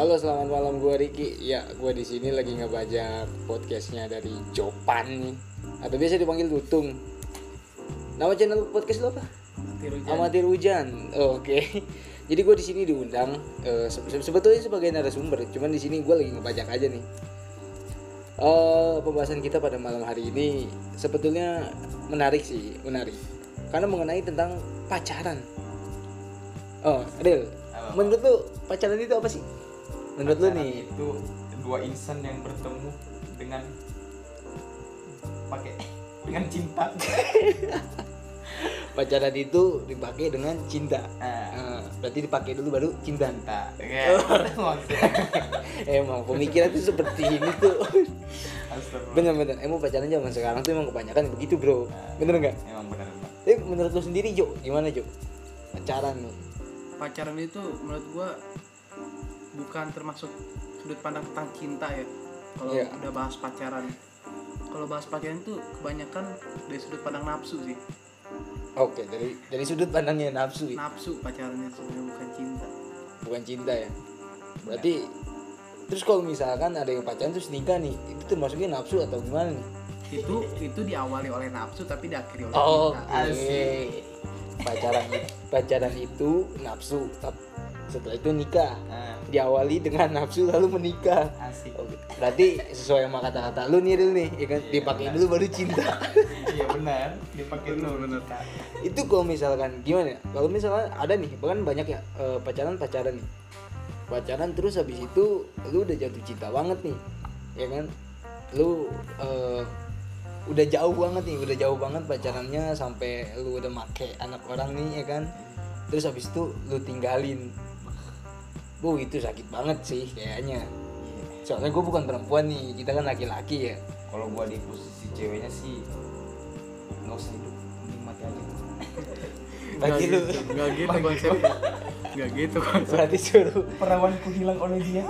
Halo, selamat malam. Gua Riki. Ya, gua di sini lagi ngebajak podcastnya dari Jopan nih, atau biasa dipanggil Tutung. Nama channel podcast lo apa? Amatir Hujan. Oke. Jadi gua di sini diundang sebetulnya sebagai narasumber. Cuman di sini gua lagi ngebajak aja nih. Pembahasan kita pada malam hari ini sebetulnya menarik. Karena mengenai tentang pacaran. Adil, menurut lu pacaran itu apa sih? Menurut lu nih, itu dua insan yang bertemu dengan cinta. pacaran itu dipakai dengan cinta. Berarti dipakai dulu baru cinta. Emang pemikiran tuh seperti ini tuh. Bener-bener. Emang pacaran zaman sekarang tuh emang kebanyakan begitu, bro. Bener nggak? Emang benar. Tapi menurut lu sendiri, Jo, gimana, Jo? Pacaran nih. Pacaran itu menurut gua bukan termasuk sudut pandang tentang cinta ya. Kalau udah bahas pacaran. Kalau bahas pacaran itu kebanyakan dari sudut pandang nafsu sih. Oke, dari sudut pandangnya nafsu. Nafsu pacarannya sebenarnya bukan cinta. Bukan cinta ya. Berarti terus kalau misalkan ada yang pacaran terus nikah nih, itu termasuknya nafsu atau gimana nih? Itu diawali oleh nafsu tapi diakhiri oleh cinta. Oke. Pacaran itu nafsu, setelah itu nikah. Diawali dengan nafsu lalu menikah. Asik. Oke. Berarti sesuai sama kata-kata lu nih, Ril nih, ya kan? Dipakai dulu baru cinta. Iya benar, dipakai dulu benar. Itu kalau misalkan gimana ya? Kalau misalkan ada nih, bahkan banyak ya pacaran nih. Pacaran terus habis itu lu udah jatuh cinta banget nih. Ya kan? Lu udah jauh banget pacarannya sampai lu udah make anak orang nih, ya kan? Terus habis itu lu tinggalin. Itu sakit banget sih kayaknya. Soalnya gue bukan perempuan nih, kita kan laki-laki ya. Kalau gua di posisi ceweknya sih nggak usah hidup, mending mati aja. Berarti lu Enggak gitu konsepnya. Enggak gitu konsepnya. berarti suruh Perawanku hilang oleh dia.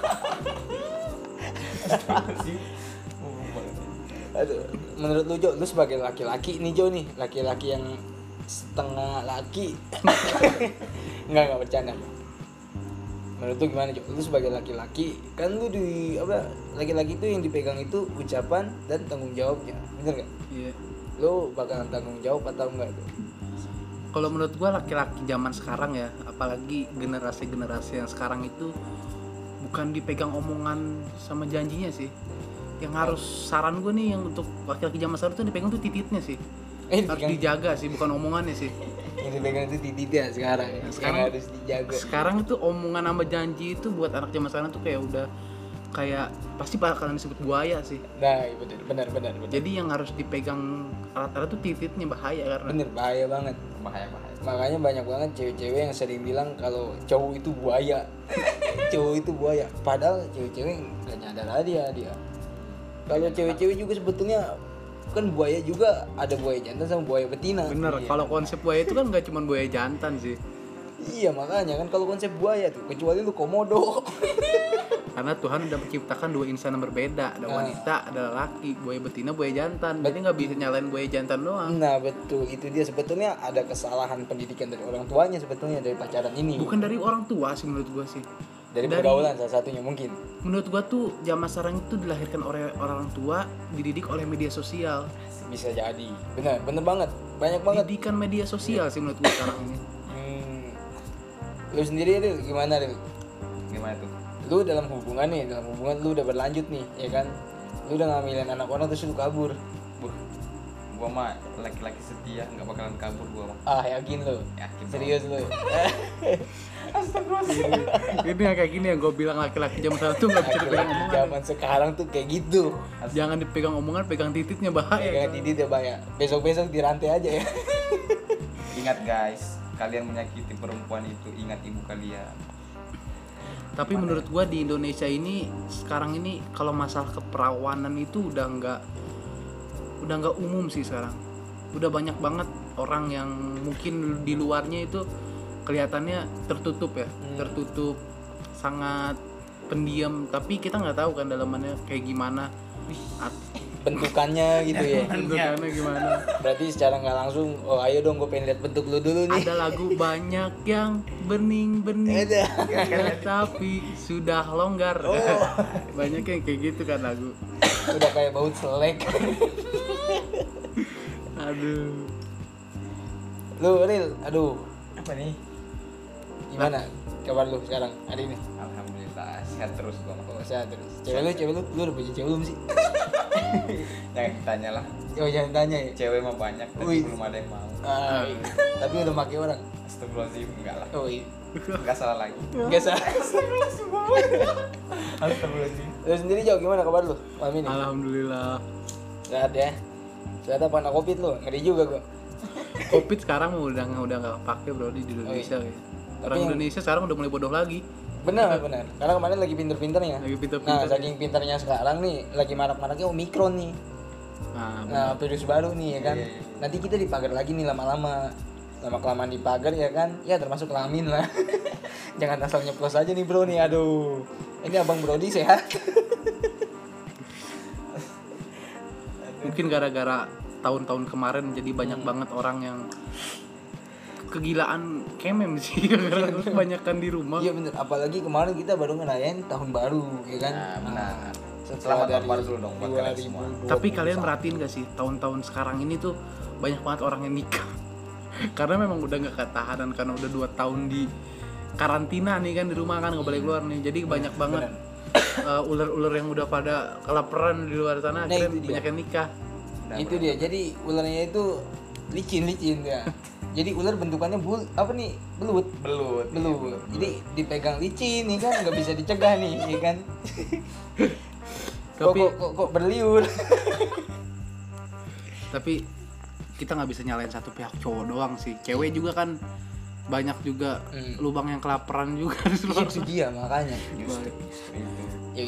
Aduh, menurut lu, Jo, lu sebagai laki-laki nih, Jo nih, laki-laki yang setengah laki. Enggak bercanda. Menurut lu gimana, Jo? Lu sebagai laki-laki, kan lu laki-laki itu yang dipegang itu ucapan dan tanggung jawabnya. Bener enggak? Iya. Lu bakalan tanggung jawab atau enggak tuh? Kalau menurut gua laki-laki zaman sekarang ya, apalagi generasi yang sekarang itu bukan dipegang omongan sama janjinya sih. Yang harus saran gue nih yang untuk laki-laki zaman sekarang tuh dipegang tuh tititnya sih. Harus dijaga sih, bukan omongannya sih. Yang dipegang itu titiknya sekarang. Sekarang harus dijaga. Sekarang itu omongan sama janji itu buat anak zaman sekarang tuh kayak udah kayak pasti bakalan disebut buaya sih. Nah, benar. Jadi yang harus dipegang alat-alat tuh tititnya bahaya karena. Bener, bahaya banget. Bahaya. Makanya banyak banget cewek-cewek yang sering bilang kalau cowok itu buaya. Padahal cewek-cewek gak nyadar aja dia. Kalau cewek-cewek juga sebetulnya kan buaya juga, ada buaya jantan sama buaya betina. Bener, Iya. kalau konsep buaya itu kan gak cuma buaya jantan sih. Iya, makanya kan kalau konsep buaya tuh, kecuali lu komodo. Karena Tuhan udah menciptakan dua insan yang berbeda, ada wanita, ada laki, buaya betina, buaya jantan. Jadi nggak bisa nyalain buaya jantan doang. Nah, betul, itu dia sebetulnya ada kesalahan pendidikan dari orang tuanya sebetulnya dari pacaran ini. Bukan dari orang tua sih menurut gua sih. Dari pergaulan salah satunya mungkin. Menurut gua tuh zaman sekarang itu dilahirkan oleh orang tua, dididik oleh media sosial. Bisa jadi. Bener banget. Banyak banget. Didikan media sosial sih menurut gua sekarang ini. Lu sendiri Ril, gimana Ril? Gimana tuh? Lu dalam hubungan lu udah berlanjut nih, ya kan? Lu udah ngambilin anak orang terus lu kabur. Gua mah laki-laki setia, nggak bakalan kabur gua mah. Yakin lu? Yakin. Serius lu? Ini yang kayak gini yang gue bilang laki-laki zaman sekarang tuh nggak bisa dipegang omongan. Zaman sekarang tuh kayak gitu. Jangan dipegang omongan, pegang tititnya bahaya. Pegang titik ya bahaya. Besok-besok dirantai aja ya. Ingat guys, kalian menyakiti perempuan itu, ingat ibu kalian. Tapi menurut gue di Indonesia ini sekarang ini kalau masalah keperawanan itu udah nggak umum sih sekarang. Udah banyak banget orang yang mungkin di luarnya itu kelihatannya tertutup ya, tertutup, sangat pendiam. Tapi kita nggak tahu kan dalamannya kayak gimana. bentukannya gitu ya. Bentukannya gimana? Berarti secara nggak langsung, oh ayo dong gue pengen lihat bentuk lu dulu nih. Ada lagu banyak yang bening-bening Ada. tapi sudah longgar. Banyak yang kayak gitu kan lagu. Udah kayak baut selek. Aduh. Lu Ril, aduh, Apa nih? gimana kabar lu sekarang hari ini? Alhamdulillah sehat terus gua. Oh, sehat terus. Cewek lu udah punya cewek belum sih? Jangan ditanya lah. Oh jangan tanya ya. Cewek mah banyak tapi Wih. belum ada yang mau. Ah, tapi udah pakai orang. Astagfirullahaladzim, enggak lah. Oh iya. Enggak salah lagi. Enggak salah. Astagfirullahaladzim. Lu sendiri jauh gimana kabar lu malam ini? Alhamdulillah. Sehat ya. Sehat apa kena covid lu? Ngeri juga gua. Covid sekarang udah nggak pakai bro di Indonesia ya. Orang yang- Indonesia sekarang udah mulai bodoh lagi. Benar. Karena kemarin lagi pinter-pinternya. Lagi Nah, pinter-pinter. saking pinternya sekarang nih, lagi marak-maraknya Omikron nih. Nah, Nah, virus baru nih ya kan. Iya, iya. Nanti kita dipagar lagi nih lama-lama. Lama-kelamaan dipagar ya kan. Ya termasuk kelamin lah. Jangan asal nyeplos aja nih bro nih. Aduh. Ini Abang Brody sehat. mungkin gara-gara tahun-tahun kemarin jadi banyak banget orang yang kegilaan kemem sih gara-gara kebanyakan di rumah. Iya bener. Apalagi kemarin kita baru ngerayain tahun baru ya kan. Nah, benar. Setelah Selamat tahun dari baru dulu dong buat kalian semua. 2021. Tapi kalian merhatiin gak sih tahun-tahun sekarang ini tuh banyak banget orang yang nikah karena memang udah nggak ketahanan karena udah 2 tahun di karantina nih kan di rumah kan nggak boleh keluar nih, jadi banyak banget ular-ular yang udah pada kelaparan di luar sana, Nah, akhirnya itu dia. banyak yang nikah. Itu dia. Jadi ularnya itu licin ya. Jadi ular bentukannya belut. Belut. Jadi dipegang licin nih kan, nggak bisa dicegah nih, ya kan? kok berliur. Tapi kita nggak bisa nyalain satu pihak cowok doang sih, cewek juga kan banyak juga lubang yang kelaparan juga di luar Itu dia makanya. Justru itu.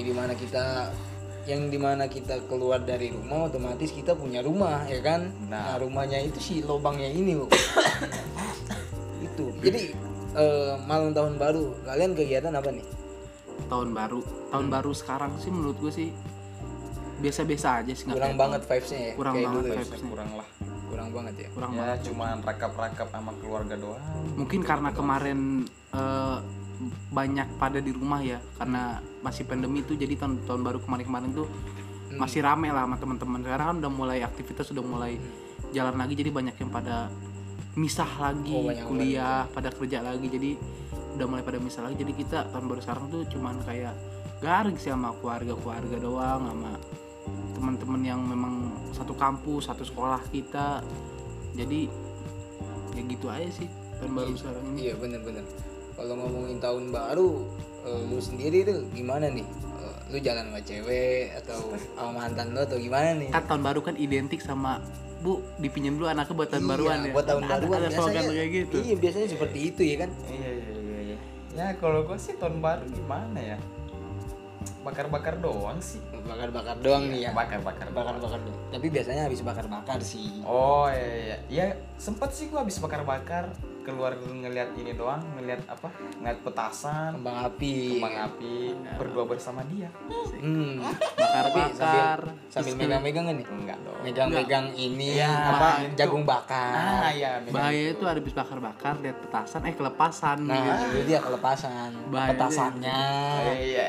Yang dimana kita keluar dari rumah otomatis kita punya rumah ya kan. Nah rumahnya itu si lubangnya ini loh. Itu. Jadi malam tahun baru kalian kegiatan apa nih? tahun baru sekarang sih menurut gue sih biasa-biasa aja sih, nggak Kurang kayak banget vibes-nya ya. Kurang kayak banget dulu ya. vibes-nya. Kurang lah. Kurang banget ya. kurang Ya banget. cuman rakap-rakap sama keluarga doang. Mungkin karena kemarin banyak pada di rumah ya, karena masih pandemi tuh, jadi tahun baru kemarin tuh masih rame lah sama teman-teman. Sekarang kan udah mulai aktivitas, sudah mulai jalan lagi, jadi banyak yang pada misah lagi, banyak kuliah, pada kerja lagi, jadi udah mulai pada misah lagi. Jadi kita tahun baru sekarang tuh cuman kayak garing sih sama keluarga doang, sama teman-teman yang memang satu kampus, satu sekolah kita. Jadi ya gitu aja sih tahun baru sekarang ini. Iya bener. Kalau ngomongin tahun baru, lu sendiri tuh gimana nih? Lu jalan sama cewek atau sama mantan lu atau gimana nih? Kan tahun baru kan identik sama Bu, dipinjam dulu anaknya buat tahun baruan ya. Buat tahun baruan ada slogan biasanya kayak gitu. Iya biasanya seperti itu ya kan. Iya. Ya kalau gue sih tahun baru gimana ya? Bakar-bakar doang sih. Bakar-bakar doang nih ya. Bakar-bakar doang. Bakar-bakar doang. Tapi biasanya habis bakar-bakar sih. Oh iya. Ya sempet sih gue habis bakar-bakar, keluar ngeliat ini doang, ngeliat petasan, Kembang api. berdua bersama dia. Bakar-bakar. Sambil megang-megang kan nih? Enggak dong. Megang-megang ini Ya, itu. jagung bakar. Iya. Bahaya itu habis bakar-bakar lihat petasan kelepasan Nah, gitu. itu dia kelepasan. Bahaya Petasannya. Iya.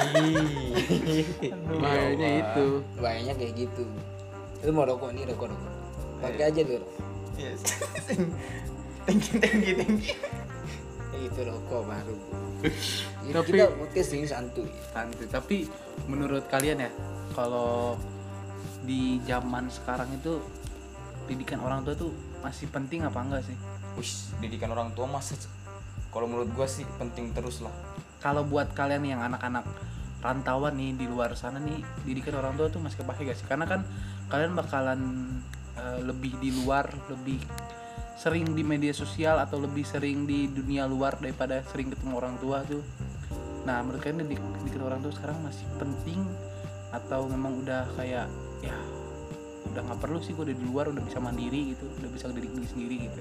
Bahayanya itu. Bahayanya kayak gitu. Lu mau rokok nih, rokok. Pakai aja lu. Yes. Tinggi. Itu rokok baru. Ini Tapi- kita podcast ini santuy. Santai. Tapi menurut kalian ya, kalau di zaman sekarang itu didikan orang tua tuh masih penting apa enggak sih? Wih, didikan orang tua masa kalau menurut gua sih penting terus lah. Kalau buat kalian yang anak-anak rantauan nih di luar sana nih, didikan orang tua tuh masih kepake gak sih? Karena kan kalian bakalan lebih di luar, lebih sering di media sosial atau lebih sering di dunia luar daripada sering ketemu orang tua tuh. Nah, menurut kalian didikan orang tua sekarang masih penting atau memang udah kayak ya udah nggak perlu sih, gue udah di luar, udah bisa mandiri gitu, udah bisa ngedidik diri sendiri gitu.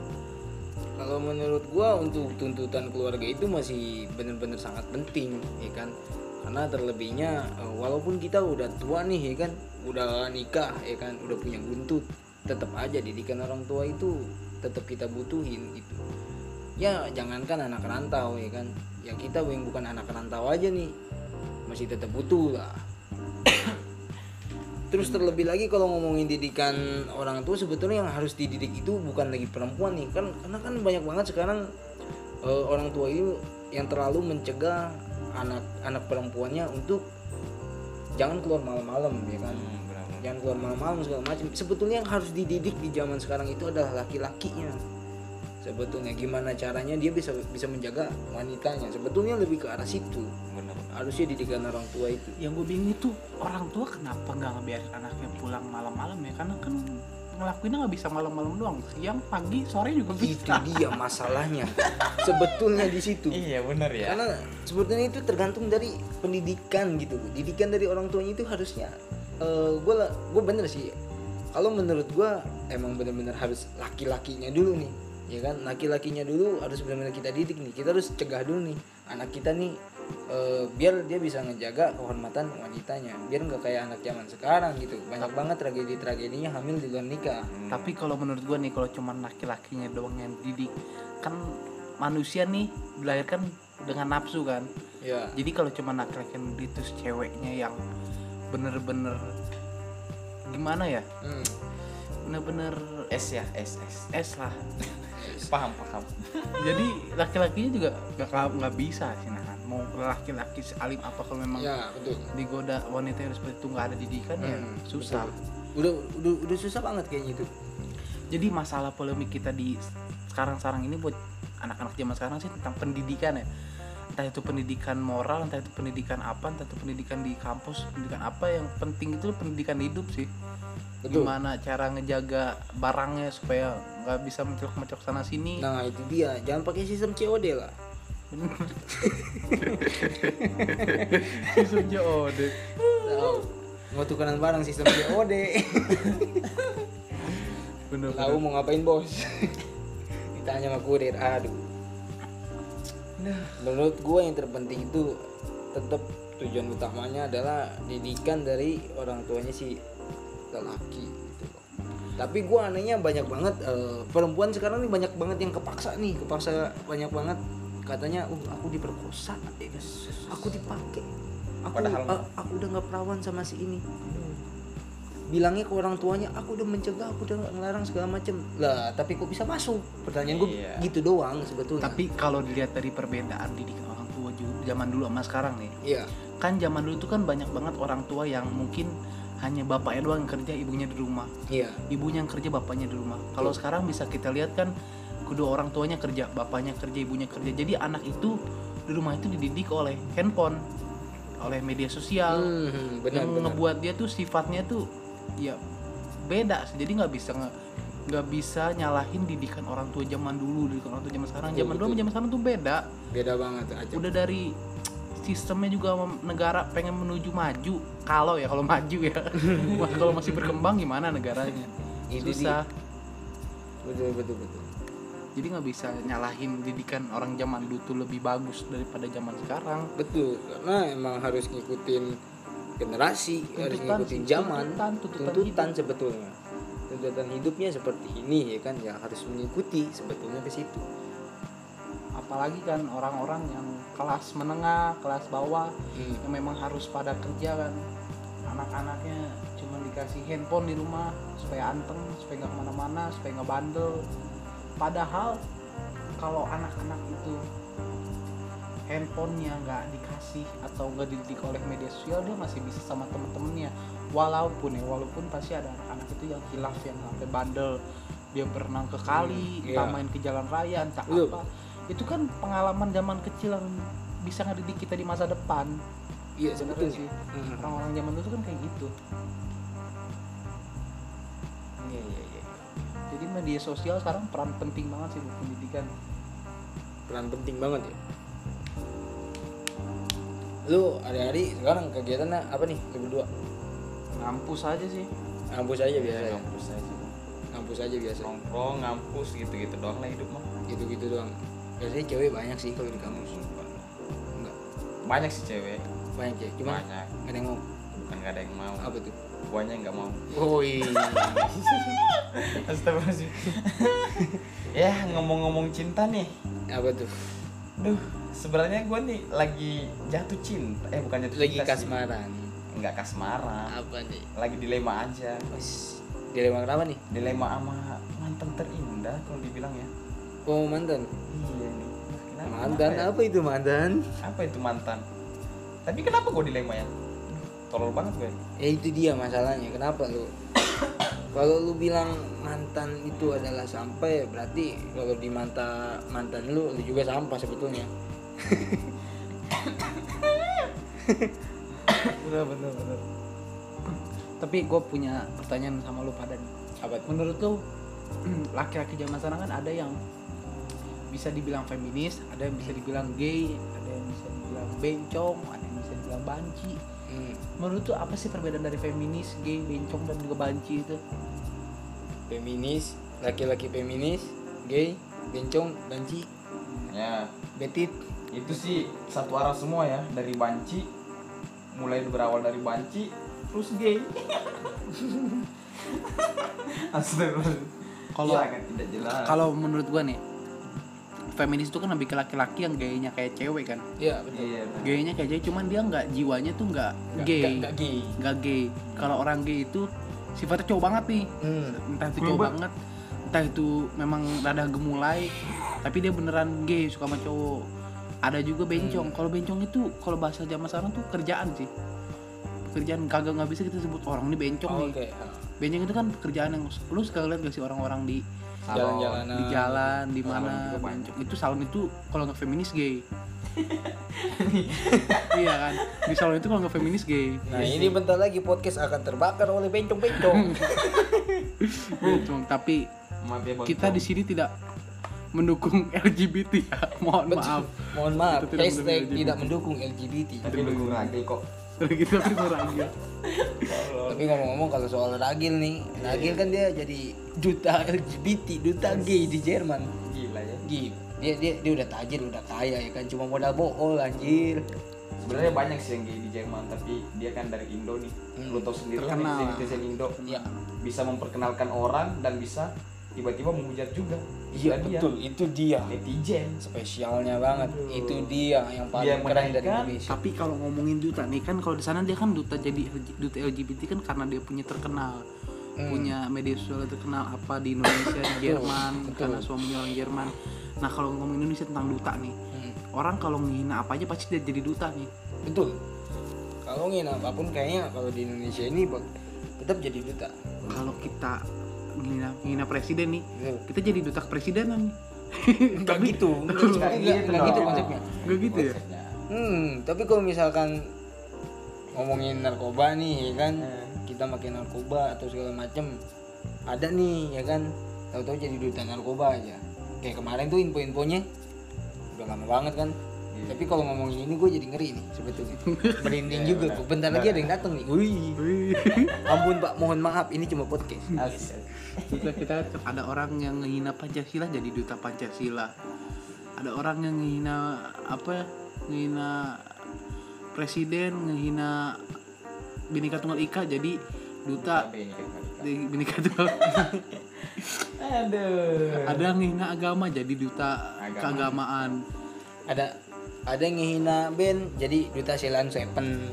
Kalau menurut gua untuk tuntutan keluarga itu masih benar-benar sangat penting, ya kan? Karena terlebihnya walaupun kita udah tua nih ya kan, udah nikah ya kan, udah punya buntut, tetap aja didikan orang tua itu tetap kita butuhin gitu. Ya jangankan anak rantau ya kan, ya kita yang bukan anak rantau aja nih masih tetap butuh lah. Terus terlebih lagi kalau ngomongin didikan orang tua, sebetulnya yang harus dididik itu bukan lagi perempuan nih kan, karena kan banyak banget sekarang orang tua itu yang terlalu mencegah anak perempuannya untuk jangan keluar malam-malam ya kan, jangan keluar malam-malam segala macam. Sebetulnya yang harus dididik di zaman sekarang itu adalah laki-lakinya. Sebetulnya gimana caranya dia bisa menjaga wanitanya, sebetulnya lebih ke arah situ. Benar. Harusnya didikan orang tua itu. Yang gue bingung itu orang tua kenapa nggak ngebiarin anaknya pulang malam-malam ya, karena kan ngelakuinnya nggak bisa malam-malam doang, siang pagi sore juga Itu bisa. dia masalahnya sebetulnya di situ. Iya benar ya. Karena sebetulnya itu tergantung dari pendidikan gitu. Didikan dari orang tuanya itu harusnya gue bener sih. Kalau menurut gue emang bener-bener harus laki-lakinya dulu nih, ya kan, laki-lakinya dulu harus benar-benar kita didik nih. Kita harus cegah dulu nih anak kita nih, biar dia bisa ngejaga kehormatan wanitanya, biar nggak kayak anak zaman sekarang gitu. Banyak banget tragedinya hamil di luar nikah. Tapi kalau menurut gue nih, kalau cuma laki-lakinya doang yang didik, kan manusia nih dilahirkan dengan nafsu kan. Ya. Jadi kalau cuma laki-laki yang didik, terus ceweknya yang bener-bener gimana ya, bener-bener S lah. paham. Jadi laki-lakinya juga nggak bisa sih, nah mau laki-laki sealim apa kalau memang Ya betul. digoda wanita yang seperti itu nggak ada didikan ya susah. Udah susah banget kayaknya itu. Jadi masalah polemik kita di sekarang ini buat anak-anak zaman sekarang sih tentang pendidikan ya. Entah itu pendidikan moral, entah itu pendidikan apa, entah itu pendidikan di kampus, pendidikan apa, yang penting itu pendidikan hidup sih. Betul. Gimana cara ngejaga barangnya supaya nggak bisa mencolok-mencolok sana sini. Nah itu dia, jangan pakai sistem COD lah. Sujo deh. Mau tukeran barang sistem COD. Bener. Tahu mau ngapain bos? Ditanya sama kurir, aduh. Nah, menurut gue yang terpenting itu tetap tujuan utamanya adalah didikan dari orang tuanya si lelaki gitu. Tapi gue anehnya banyak banget perempuan sekarang nih banyak banget yang kepaksa banyak banget katanya, aku diperkosa, ya kan? Aku dipakai, aku udah nggak perawan sama si ini. Bilangnya ke orang tuanya, aku udah mencegah, aku udah ngelarang segala macem lah, tapi kok bisa masuk? Pertanyaan gue gitu doang sebetulnya. Tapi kalau dilihat dari perbedaan didikan orang tua zaman dulu sama sekarang nih, Iya. kan zaman dulu tuh kan banyak banget orang tua yang mungkin hanya bapaknya doang yang kerja, ibunya di rumah. Iya. Ibunya yang kerja, bapaknya di rumah. Kalau sekarang bisa kita lihat kan kedua orang tuanya kerja, bapaknya kerja, ibunya kerja. Jadi anak itu di rumah itu dididik oleh handphone, oleh media sosial, benar. ngebuat dia tuh sifatnya tuh ya beda sih. Jadi nggak bisa nyalahin didikan orang tua zaman dulu, didikan orang tua zaman sekarang. Zaman dulu sama zaman sekarang tuh beda Banget aja. udah dari sistemnya juga negara pengen menuju maju, kalau maju ya. Kalau masih berkembang gimana negaranya, susah. Betul. Jadi nggak bisa nyalahin didikan orang zaman dulu tuh lebih bagus daripada zaman sekarang. Betul, karena emang harus ngikutin generasi, harus ngikutin zaman, tuntutan sebetulnya. Tuntutan hidupnya seperti ini ya kan, ya harus mengikuti sebetulnya ke situ. Apalagi kan orang-orang yang kelas menengah, kelas bawah yang memang harus pada kerja kan, anak-anaknya cuma dikasih handphone di rumah supaya anteng, supaya nggak kemana-mana, supaya nggak bandel. Padahal kalau anak-anak itu handphonenya nggak dikasih atau nggak dididik oleh media sosial, dia masih bisa sama temen-temennya. Walaupun pasti ada anak-anak itu yang khilaf, yang sampai bandel, dia berenang ke kali, entah main ke jalan raya, entah apa. Itu kan pengalaman zaman kecil yang bisa ngedidik kita di masa depan. Iya sebetulnya sih. Orang-orang zaman dulu kan kayak gitu. Iya. Jadi media sosial sekarang peran penting banget sih buat pendidikan. Peran penting banget ya. Lu hari-hari sekarang kegiatannya apa nih lu berdua? Ngampus aja sih. Ngampus aja biasa ya. Ngampus aja. Biasa. Nongkrong, ngampus gitu-gitu doang lah hidup mah. Gitu doang. Biasanya cewek banyak sih kalau di kampus. Enggak. Banyak sih cewek. Banyak ya. Gimana? Banyak. Gak ada yang mau. Bukan nggak ada yang mau. Apa tuh? Guanya yang nggak mau. Woi. Astagfirullahaladzim. Ya ngomong-ngomong cinta nih. Apa tuh? Duh, sebenarnya gue nih lagi jatuh cinta. Bukan jatuh Lagi cinta kasmaran. sih. Enggak kasmaran. Apa nih? Lagi dilema aja. Wes. Dilema kenapa nih? Dilema sama mantan terindah kalau dibilang ya. Oh, mantan. Iya nih. Kenapa Mantan ya? apa itu mantan? Apa itu mantan? Tapi kenapa gue dilema ya? Tolol banget gue. Ya itu dia masalahnya. Kenapa lu? Kalau lu bilang mantan itu adalah sampah, ya berarti kalau di mantan lu juga sampah sebetulnya. Bener. Tapi gue punya pertanyaan sama lu pada nih. Apa tuh? Menurut lu laki-laki zaman sekarang kan ada yang bisa dibilang feminis, ada yang bisa dibilang gay, ada yang bisa dibilang bencong, ada yang bisa dibilang banci. Menurut tuh apa sih perbedaan dari feminis, gay, bencong dan juga banci itu? Feminis, laki-laki feminis, gay, bencong, banci, Ya, betit. itu sih satu arah semua ya, dari banci, mulai berawal dari banci terus gay. Astagfirullahaladzim. Kalau Ya, kan tidak jelas. kalau menurut gua nih, feminis itu kan lebih ke laki-laki yang gayanya kayak cewek kan. Iya betul. Iya, benar. Gayanya kayak cewek, cuman dia nggak, jiwanya tuh nggak gay. Nggak gay. Nggak gay. Kalau orang gay itu sifatnya cowok banget nih. Entah itu cowok banget, entah itu memang rada gemulai, tapi dia beneran gay, suka sama cowok. Ada juga bencong. Kalau bencong itu kalau bahasa zaman sekarang tuh kerjaan sih. Pekerjaan kagak nggak bisa kita sebut orang ini bencong nih. Oke. Bencong itu kan pekerjaan yang lu suka lihat gak sih orang-orang di Jalan-jalanan. di jalan di Salon mana juga banyak. bencong. Itu salon itu kalau nggak feminis gay. Iya kan, di salon itu kalau nggak feminis gay. Nah ini bentar lagi podcast akan terbakar oleh bencong-bencong. Bencong. Tapi Maaf ya, Bang. kita di sini tidak mendukung LGBT ya. Mohon maaf. Mohon maaf. Kita tidak Hashtag mendukung tidak mendukung LGBT. Tapi dukung ragil kok. Kita tapi aja. Tapi ngomong-ngomong kalau soal Ragil nih, Ragil kan dia jadi duta LGBT, duta gay di Jerman. Gila ya. Gila. Dia udah tajir, udah kaya ya kan, cuma modal bohol anjir. Sebenarnya banyak sih yang gay di Jerman, tapi dia kan dari Indo nih. Lu tau sendiri kan Terkenal. netizen Indo Ya. bisa memperkenalkan orang dan bisa tiba-tiba menghujat juga. Iya Dia betul, itu dia. netizen. Spesialnya banget. Itu dia yang Dia paling keren dari menaikkan, Indonesia. Tapi kalau ngomongin duta nih kan, kalau di sana dia kan duta, jadi duta LGBT kan karena dia punya terkenal, punya media sosial terkenal apa di Indonesia, di Jerman, betul. karena suaminya orang Jerman. Nah kalau ngomongin Indonesia tentang duta nih, orang kalau menghina apa aja pasti dia jadi duta nih. Betul. Kalau ngin apapun kayaknya kalau di Indonesia ini tetap jadi duta. Kalau kita menghina presiden nih, Betul. kita jadi duta kepresidenan nih. Enggak gitu, enggak gitu konsepnya. Enggak gitu ya? Konsepnya. Tapi kalau misalkan ngomongin narkoba nih ya kan, kita makin narkoba atau segala macem, ada nih ya kan, tahu-tahu jadi duta narkoba aja. Kayak kemarin tuh info-infonya udah lama banget kan. Tapi kalau ngomongin ini gue jadi ngeri nih sebetulnya. Merinding juga kok. Bentar lagi ada yang datang nih. Wih. Ampun Pak, mohon maaf ini cuma podcast. Asik. Kita ada orang yang menghina Pancasila jadi duta Pancasila. Ada orang yang menghina apa? Menghina presiden, menghina Bhinneka Tunggal Ika jadi duta Sampai ini kan. Bhinneka Tunggal. Aduh. Ada yang menghina agama jadi duta keagamaan. Ada yang ngehina band jadi duta Sheila Seven.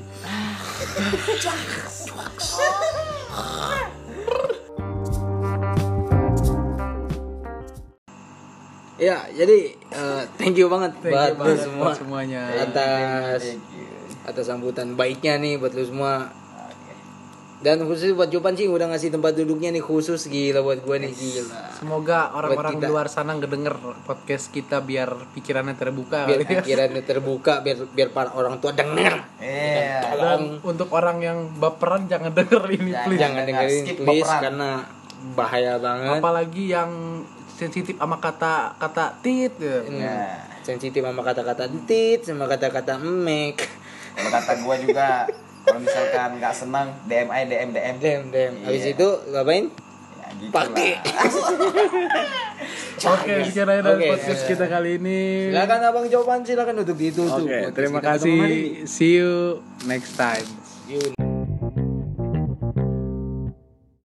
Ya, jadi thank you banget buat lu semua semuanya. atas sambutan baiknya nih buat lu semua. Dan khusus buat Jopan sih udah ngasih tempat duduknya nih khusus, gila buat gue nih, gila. Semoga orang-orang Buat di kita. luar sana ngedenger podcast kita biar pikirannya terbuka. Biar kali ya. pikirannya terbuka, biar para orang tua denger. Dan untuk orang yang baperan jangan denger ini please. Jangan dengerin skip please baperan. karena bahaya banget. Apalagi yang sensitif sama kata tit ya. Sensitif sama kata-kata tit, sama kata-kata emek. Kalau kata gua juga kalau misalkan nggak senang DM. Dem. Habis itu ngapain? Ya Gitu Pakai. Oke, sekian aja dari Oke. podcast kita kali ini. Silakan abang jawaban, silakan untuk ditutup. Oke, Podcast terima kita ketemu hari. kasih. See you next time. Yun.